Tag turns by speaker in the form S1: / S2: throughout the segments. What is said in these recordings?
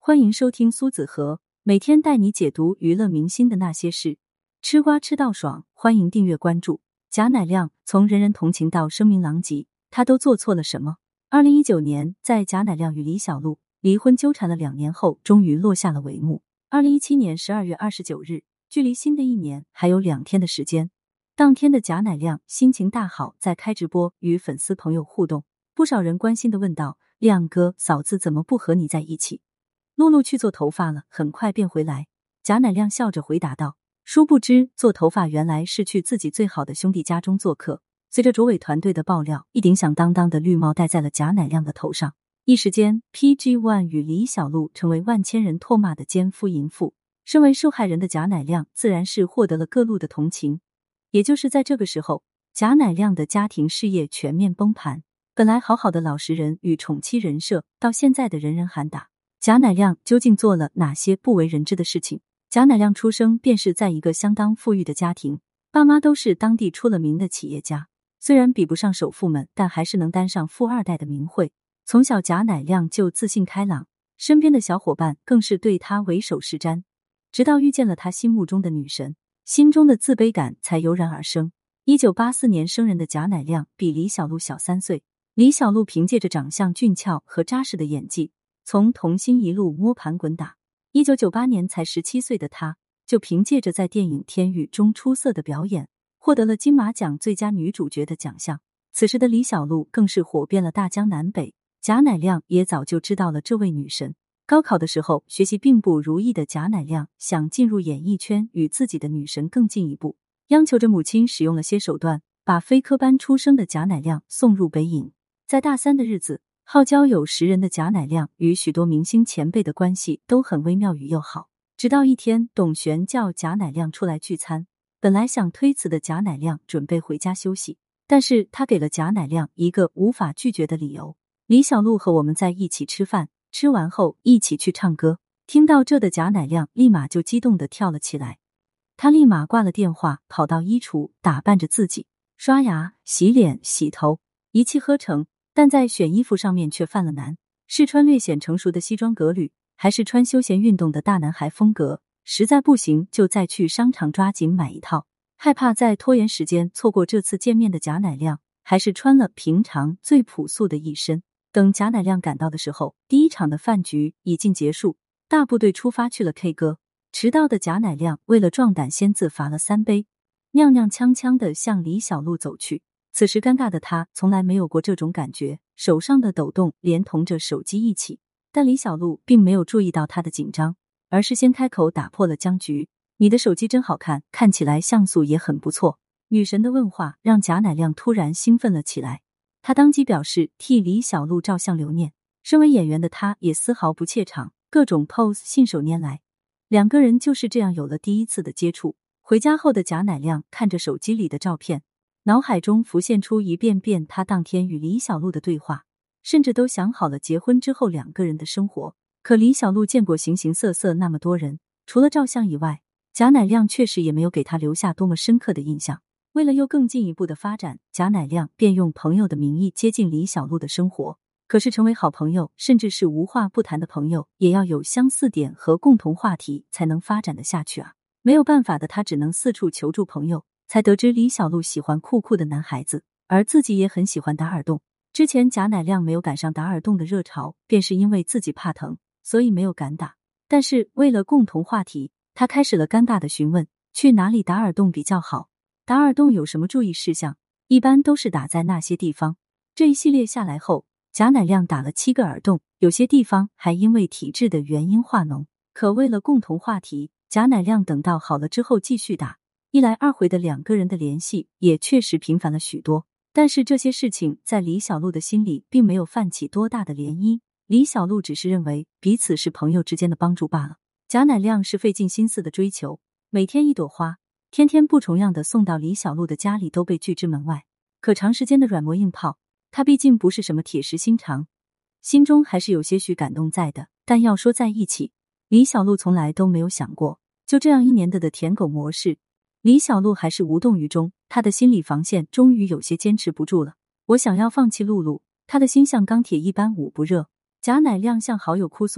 S1: 欢迎收听苏子和，每天带你解读娱乐明星的那些事。吃瓜吃到爽，欢迎订阅关注。贾乃亮从人人同情到声名狼藉，他都做错了什么？2019年，在贾乃亮与李小璐离婚纠缠了2年后，终于落下了帷幕。2017年12月29日，距离新的一年还有2天的时间。当天的贾乃亮心情大好，在开直播与粉丝朋友互动。不少人关心地问道：亮哥，嫂子怎么不和你在一起？露露去做头发了，很快便回来。贾乃亮笑着回答道。殊不知，做头发原来是去自己最好的兄弟家中做客。随着卓伟团队的爆料，一顶响当当的绿帽戴在了贾乃亮的头上。一时间 ，PG1 与李小璐成为万千人唾骂的奸夫淫妇。身为受害人的贾乃亮自然是获得了各路的同情。也就是在这个时候，贾乃亮的家庭事业全面崩盘。本来好好的老实人与宠妻人设，到现在的人人喊打。贾乃亮究竟做了哪些不为人知的事情？贾乃亮出生便是在一个相当富裕的家庭，爸妈都是当地出了名的企业家，虽然比不上首富们，但还是能担上富二代的名讳。从小贾乃亮就自信开朗，身边的小伙伴更是对他唯手是瞻。直到遇见了他心目中的女神，心中的自卑感才油然而生。1984年生人的贾乃亮比李小璐小3岁，李小璐凭借着长相俊俏和扎实的演技，从童星一路摸盘滚打。1998年才17岁的他，就凭借着在电影《天域》中出色的表演，获得了金马奖最佳女主角的奖项。此时的李小璐更是火遍了大江南北，贾乃亮也早就知道了这位女神。高考的时候，学习并不如意的贾乃亮想进入演艺圈，与自己的女神更进一步，央求着母亲使用了些手段，把非科班出生的贾乃亮送入北影。在大3的日子，好交友识人的贾乃亮与许多明星前辈的关系都很微妙与友好。直到一天，董璇叫贾乃亮出来聚餐，本来想推辞的贾乃亮准备回家休息，但是他给了贾乃亮一个无法拒绝的理由：李小璐和我们在一起吃饭，吃完后一起去唱歌。听到这的贾乃亮立马就激动地跳了起来，他立马挂了电话，跑到衣橱打扮着自己，刷牙、洗脸、洗头，一气呵成。但在选衣服上面却犯了难，是穿略显成熟的西装革履，还是穿休闲运动的大男孩风格？实在不行就再去商场抓紧买一套。害怕再拖延时间错过这次见面的贾乃亮，还是穿了平常最朴素的一身。等贾乃亮赶到的时候，第一场的饭局已经结束，大部队出发去了 K 歌。迟到的贾乃亮为了壮胆，先自罚了3杯，踉踉跄跄地向李小璐走去。此时尴尬的他从来没有过这种感觉，手上的抖动连同着手机一起。但李小璐并没有注意到他的紧张，而是先开口打破了僵局：你的手机真好看，看起来像素也很不错。女神的问话让贾乃亮突然兴奋了起来，他当即表示替李小璐照相留念。身为演员的他也丝毫不怯场，各种 pose 信手拈来。2个人就是这样有了第一次的接触。回家后的贾乃亮看着手机里的照片，脑海中浮现出一遍遍他当天与李小璐的对话，甚至都想好了结婚之后2个人的生活。可李小璐见过形形色色那么多人，除了照相以外，贾乃亮确实也没有给他留下多么深刻的印象。为了又更进一步的发展，贾乃亮便用朋友的名义接近李小璐的生活。可是成为好朋友，甚至是无话不谈的朋友，也要有相似点和共同话题才能发展得下去啊！没有办法的他只能四处求助朋友，才得知李小璐喜欢酷酷的男孩子，而自己也很喜欢达尔栋。之前贾乃亮没有赶上达尔栋的热潮，便是因为自己怕疼，所以没有敢打。但是为了共同话题，他开始了尴尬的询问：去哪里达尔栋比较好？达尔栋有什么注意事项？一般都是打在那些地方。这一系列下来后，贾乃亮打了7个耳洞，有些地方还因为体质的原因化脓。可为了共同话题，贾乃亮等到好了之后继续打。一来二回的2个人的联系也确实频繁了许多，但是这些事情在李小璐的心里并没有泛起多大的涟漪。李小璐只是认为彼此是朋友之间的帮助罢了。贾乃亮是费尽心思的追求，每天一朵花，天天不重样的送到李小璐的家里都被拒之门外。可长时间的软磨硬泡，他毕竟不是什么铁石心肠，心中还是有些许感动在的。但要说在一起，李小璐从来都没有想过。就这样1年的舔狗模式，李小璐还是无动于衷，她的心理防线终于有些坚持不住了。我想要放弃露露，她的心像钢铁一般捂不热。贾乃亮向好友哭诉着，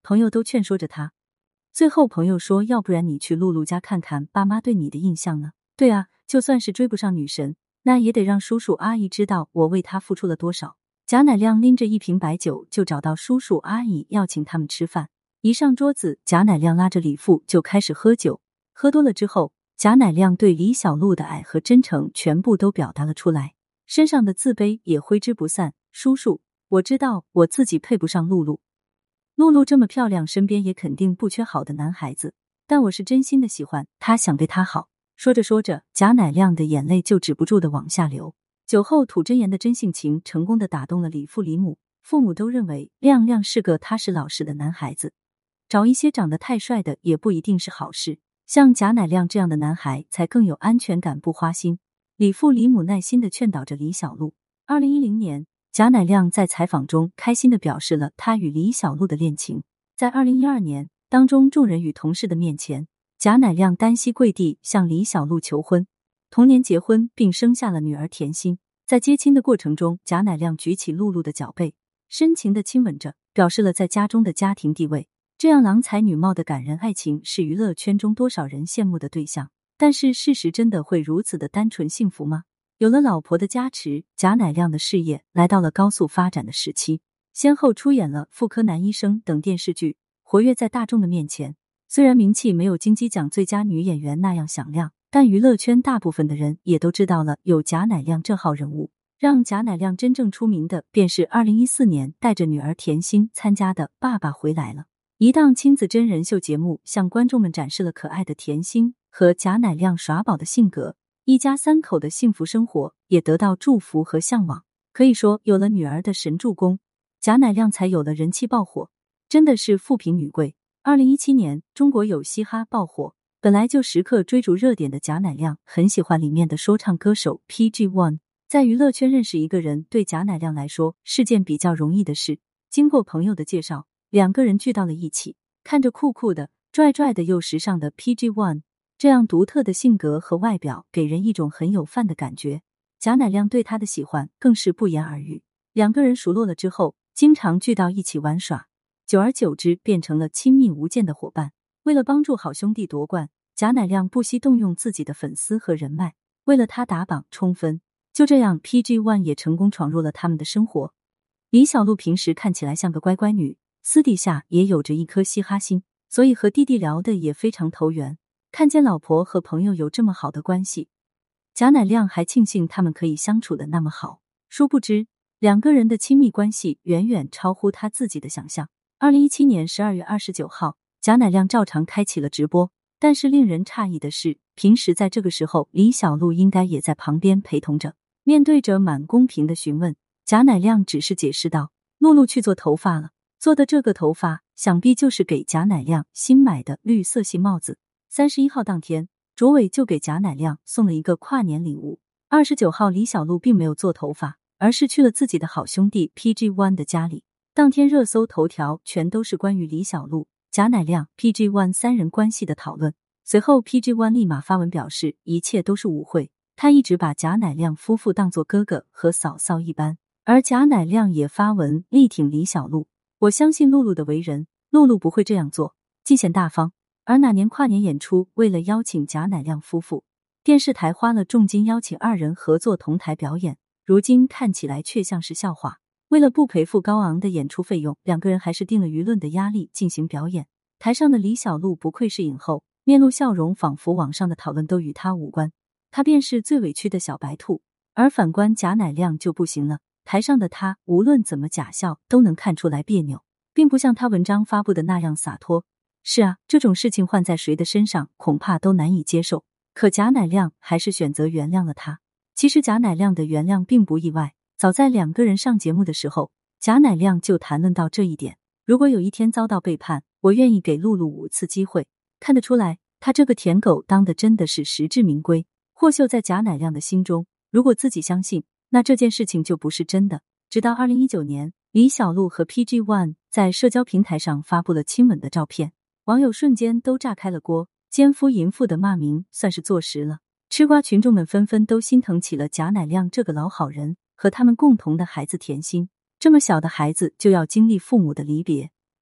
S1: 朋友都劝说着他。最后朋友说，要不然你去露露家看看爸妈对你的印象呢？对啊，就算是追不上女神，那也得让叔叔阿姨知道我为她付出了多少。贾乃亮拎着一瓶白酒就找到叔叔阿姨要请他们吃饭。一上桌子，贾乃亮拉着李父就开始喝酒。喝多了之后，贾乃亮对李小璐的爱和真诚全部都表达了出来，身上的自卑也挥之不散。叔叔，我知道我自己配不上露露，露露这么漂亮，身边也肯定不缺好的男孩子，但我是真心的喜欢她，想对她好。说着说着，贾乃亮的眼泪就止不住的往下流。酒后吐真言的真性情成功的打动了李父李母，父母都认为亮亮是个踏实老实的男孩子，找一些长得太帅的也不一定是好事，像贾乃亮这样的男孩才更有安全感，不花心。李父李母耐心的劝导着李小璐。2010年，贾乃亮在采访中开心的表示了他与李小璐的恋情。在2012年，当中众人与同事的面前，贾乃亮单膝跪地向李小璐求婚，同年结婚并生下了女儿甜心。在接亲的过程中，贾乃亮举起露露的脚背，深情的亲吻着，表示了在家中的家庭地位。这样郎才女貌的感人爱情是娱乐圈中多少人羡慕的对象，但是事实真的会如此的单纯幸福吗？有了老婆的加持，贾乃亮的事业来到了高速发展的时期，先后出演了《妇科男医生》等电视剧，活跃在大众的面前。虽然名气没有金鸡奖最佳女演员那样响亮，但娱乐圈大部分的人也都知道了有贾乃亮这号人物。让贾乃亮真正出名的便是2014年带着女儿甜心参加的《爸爸回来了》，一档亲子真人秀节目，向观众们展示了可爱的甜心和贾乃亮耍宝的性格，一家三口的幸福生活也得到祝福和向往。可以说，有了女儿的神助攻，贾乃亮才有了人气爆火，真的是富平女贵。2017年，中国有嘻哈爆火，本来就时刻追逐热点的贾乃亮很喜欢里面的说唱歌手 PG1。在娱乐圈认识一个人，对贾乃亮来说是件比较容易的事。经过朋友的介绍，两个人聚到了一起。看着酷酷的、拽拽的又时尚的 PG1， 这样独特的性格和外表给人一种很有范的感觉。贾乃亮对他的喜欢更是不言而喻。两个人熟络了之后，经常聚到一起玩耍，久而久之变成了亲密无间的伙伴。为了帮助好兄弟夺冠，贾乃亮不惜动用自己的粉丝和人脉，为了他打榜冲分。就这样 PG1 也成功闯入了他们的生活。李小璐平时看起来像个乖乖女，私底下也有着一颗嘻哈心，所以和弟弟聊的也非常投缘。看见老婆和朋友有这么好的关系，贾乃亮还庆幸他们可以相处的那么好。殊不知，两个人的亲密关系远远超乎他自己的想象。2017年12月29号，贾乃亮照常开启了直播，但是令人诧异的是，平时在这个时候，李小璐应该也在旁边陪同着。面对着满公屏的询问，贾乃亮只是解释道：“露露去做头发了，做的这个头发想必就是给贾乃亮新买的绿色系帽子。”31号当天，卓伟就给贾乃亮送了一个跨年礼物。29号，李小璐并没有做头发，而是去了自己的好兄弟 PG1 的家里。当天热搜头条全都是关于李小璐、贾乃亮、PG1 三人关系的讨论。随后 PG1 立马发文表示，一切都是误会。他一直把贾乃亮夫妇当作哥哥和嫂嫂一般，而贾乃亮也发文力挺李小璐。我相信露露的为人，露露不会这样做，既显大方。而哪年跨年演出，为了邀请贾乃亮夫妇，电视台花了重金邀请二人合作同台表演，如今看起来却像是笑话。为了不赔付高昂的演出费用，两个人还是定了舆论的压力进行表演。台上的李小璐不愧是影后，面露笑容，仿佛网上的讨论都与她无关。他便是最委屈的小白兔，而反观贾乃亮就不行了。台上的他无论怎么假笑都能看出来别扭，并不像他文章发布的那样洒脱。是啊，这种事情换在谁的身上恐怕都难以接受，可贾乃亮还是选择原谅了他。其实贾乃亮的原谅并不意外，早在两个人上节目的时候，贾乃亮就谈论到这一点。如果有一天遭到背叛，我愿意给露露5次机会。看得出来，他这个舔狗当的真的是实至名归。霍秀在贾乃亮的心中，如果自己相信，那这件事情就不是真的。直到2019年，李小璐和 PG1 在社交平台上发布了亲吻的照片，网友瞬间都炸开了锅，奸夫淫妇的骂名算是坐实了。吃瓜群众们纷纷都心疼起了贾乃亮这个老好人和他们共同的孩子甜心。这么小的孩子就要经历父母的离别，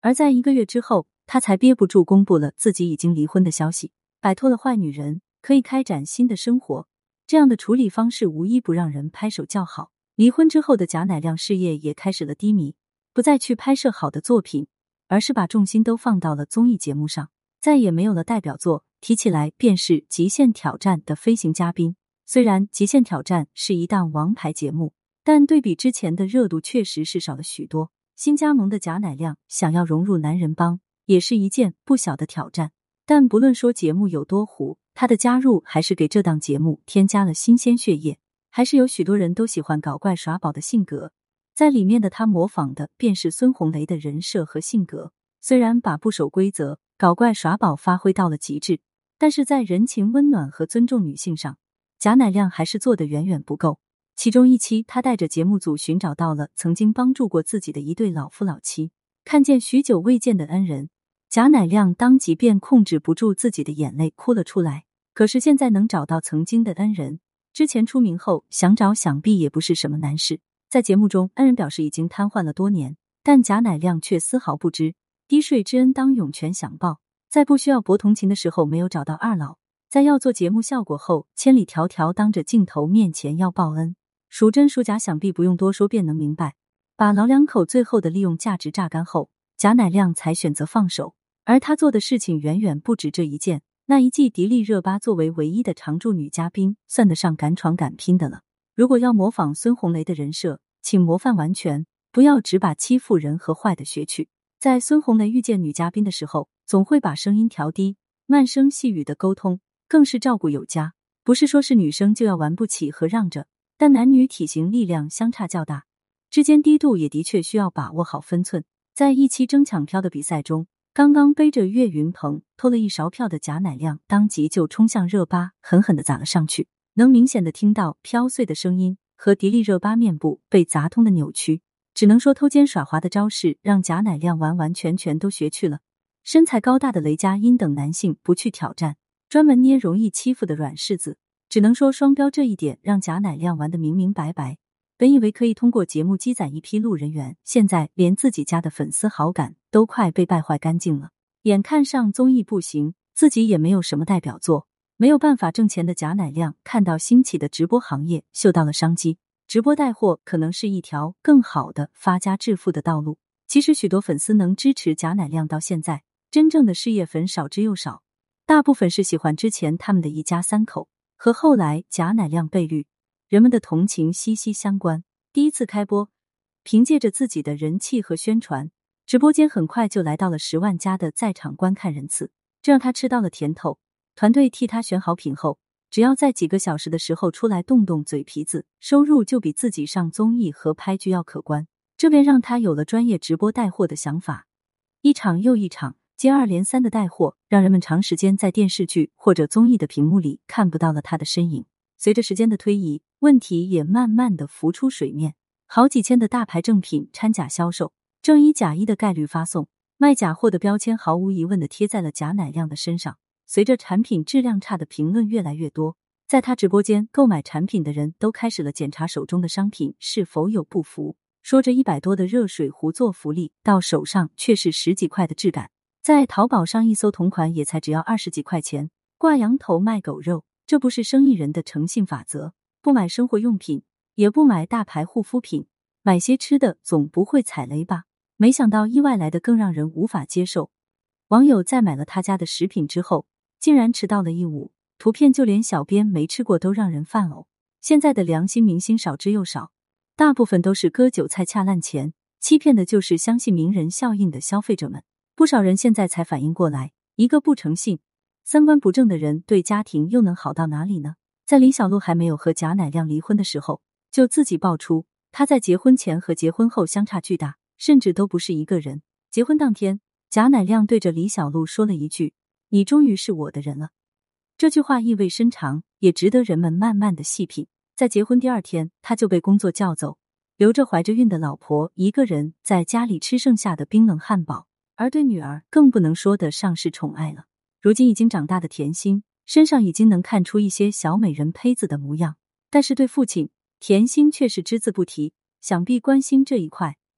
S1: 而在1个月之后，他才憋不住公布了自己已经离婚的消息，摆脱了坏女人，可以开展新的生活。这样的处理方式无一不让人拍手叫好。离婚之后的贾乃亮事业也开始了低迷，不再去拍摄好的作品，而是把重心都放到了综艺节目上，再也没有了代表作，提起来便是《极限挑战》的飞行嘉宾。虽然《极限挑战》是一档王牌节目，但对比之前的热度确实是少了许多。新加盟的贾乃亮想要融入男人帮，也是一件不小的挑战。但不论说节目有多糊，他的加入还是给这档节目添加了新鲜血液。还是有许多人都喜欢搞怪耍宝的性格，在里面的他模仿的便是孙红雷的人设和性格。虽然把不守规则、搞怪耍宝发挥到了极致，但是在人情温暖和尊重女性上，贾乃亮还是做得远远不够。其中一期，他带着节目组寻找到了曾经帮助过自己的一对老夫老妻，看见许久未见的恩人，贾乃亮当即便控制不住自己的眼泪哭了出来。可是现在能找到曾经的恩人，之前出名后想找想必也不是什么难事。在节目中，恩人表示已经瘫痪了多年，但贾乃亮却丝毫不知，滴水之恩当涌泉相报。在不需要博同情的时候没有找到二老，在要做节目效果后千里迢迢当着镜头面前要报恩，孰真孰假想必不用多说便能明白。把老两口最后的利用价值榨干后，贾乃亮才选择放手。而他做的事情远远不止这一件。那一季迪丽热巴作为唯一的常驻女嘉宾，算得上敢闯敢拼的了。如果要模仿孙红雷的人设，请模范完全，不要只把欺负人和坏的学去。在孙红雷遇见女嘉宾的时候，总会把声音调低，慢声细语的沟通，更是照顾有加。不是说是女生就要玩不起和让着，但男女体型力量相差较大，之间低度也的确需要把握好分寸。在一期争抢票的比赛中，刚刚背着岳云鹏偷了一勺票的贾乃亮当即就冲向热巴，狠狠地砸了上去，能明显的听到飘碎的声音和迪丽热巴面部被砸痛的扭曲。只能说偷奸耍滑的招式让贾乃亮完完全全都学去了。身材高大的雷佳音等男性不去挑战，专门捏容易欺负的软柿子。只能说双标这一点让贾乃亮玩得明明白白。本以为可以通过节目积攒一批路人缘，现在连自己家的粉丝好感都快被败坏干净了。眼看上综艺不行，自己也没有什么代表作，没有办法挣钱的贾乃亮看到兴起的直播行业，嗅到了商机。直播带货可能是一条更好的发家致富的道路。其实许多粉丝能支持贾乃亮到现在，真正的事业粉少之又少，大部分是喜欢之前他们的一家三口，和后来贾乃亮被绿，人们的同情息息相关。第一次开播，凭借着自己的人气和宣传，直播间很快就来到了10万加的在场观看人次，这让他吃到了甜头。团队替他选好品后，只要在几个小时的时候出来动动嘴皮子，收入就比自己上综艺和拍剧要可观。这便让他有了专业直播带货的想法。一场又一场，接二连三的带货，让人们长时间在电视剧或者综艺的屏幕里看不到了他的身影。随着时间的推移，问题也慢慢的浮出水面。好几千的大牌正品掺假销售，正一假一的概率发送，卖假货的标签毫无疑问的贴在了贾乃亮的身上。随着产品质量差的评论越来越多，在他直播间购买产品的人都开始了检查手中的商品是否有不符。说着100多的热水壶做福利，到手上却是10几块的质感。在淘宝上一搜同款也才只要20几块钱，挂羊头卖狗肉，这不是生意人的诚信法则。不买生活用品，也不买大牌护肤品，买些吃的总不会踩雷吧？没想到意外来的更让人无法接受。网友在买了他家的食品之后，竟然迟到了1午，图片就连小编没吃过都让人犯呕。现在的良心明星少之又少，大部分都是割韭菜恰烂钱，欺骗的就是相信名人效应的消费者们。不少人现在才反应过来，一个不诚信、三观不正的人对家庭又能好到哪里呢？在李小璐还没有和贾乃亮离婚的时候，就自己爆出他在结婚前和结婚后相差巨大，甚至都不是一个人。结婚当天，贾乃亮对着李小璐说了一句：“你终于是我的人了。”这句话意味深长，也值得人们慢慢的细品。在结婚第2天，他就被工作叫走，留着怀着孕的老婆一个人在家里吃剩下的冰冷汉堡，而对女儿更不能说得上是宠爱了。如今已经长大的甜心身上已经能看出一些小美人胚子的模样，但是对父亲甜心却是只字不提，想必关心这一块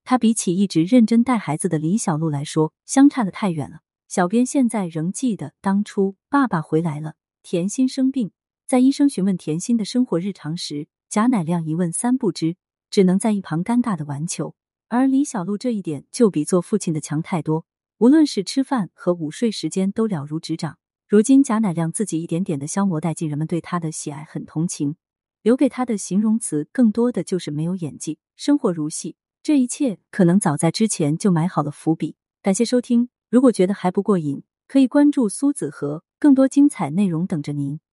S1: 他比起一直认真带孩子的李小璐来说，相差得太远了。小编现在仍记得当初爸爸回来了，甜心生病，在医生询问甜心的生活日常时，贾乃亮一问三不知，只能在一旁尴尬的玩球。而李小璐这一点就比做父亲的强太多，无论是吃饭和午睡时间都了如指掌。如今贾乃亮自己一点点的消磨殆尽，人们对他的喜爱很同情，留给他的形容词更多的就是没有演技，生活如戏。这一切可能早在之前就埋好了伏笔。感谢收听，如果觉得还不过瘾，可以关注苏子和，更多精彩内容等着您。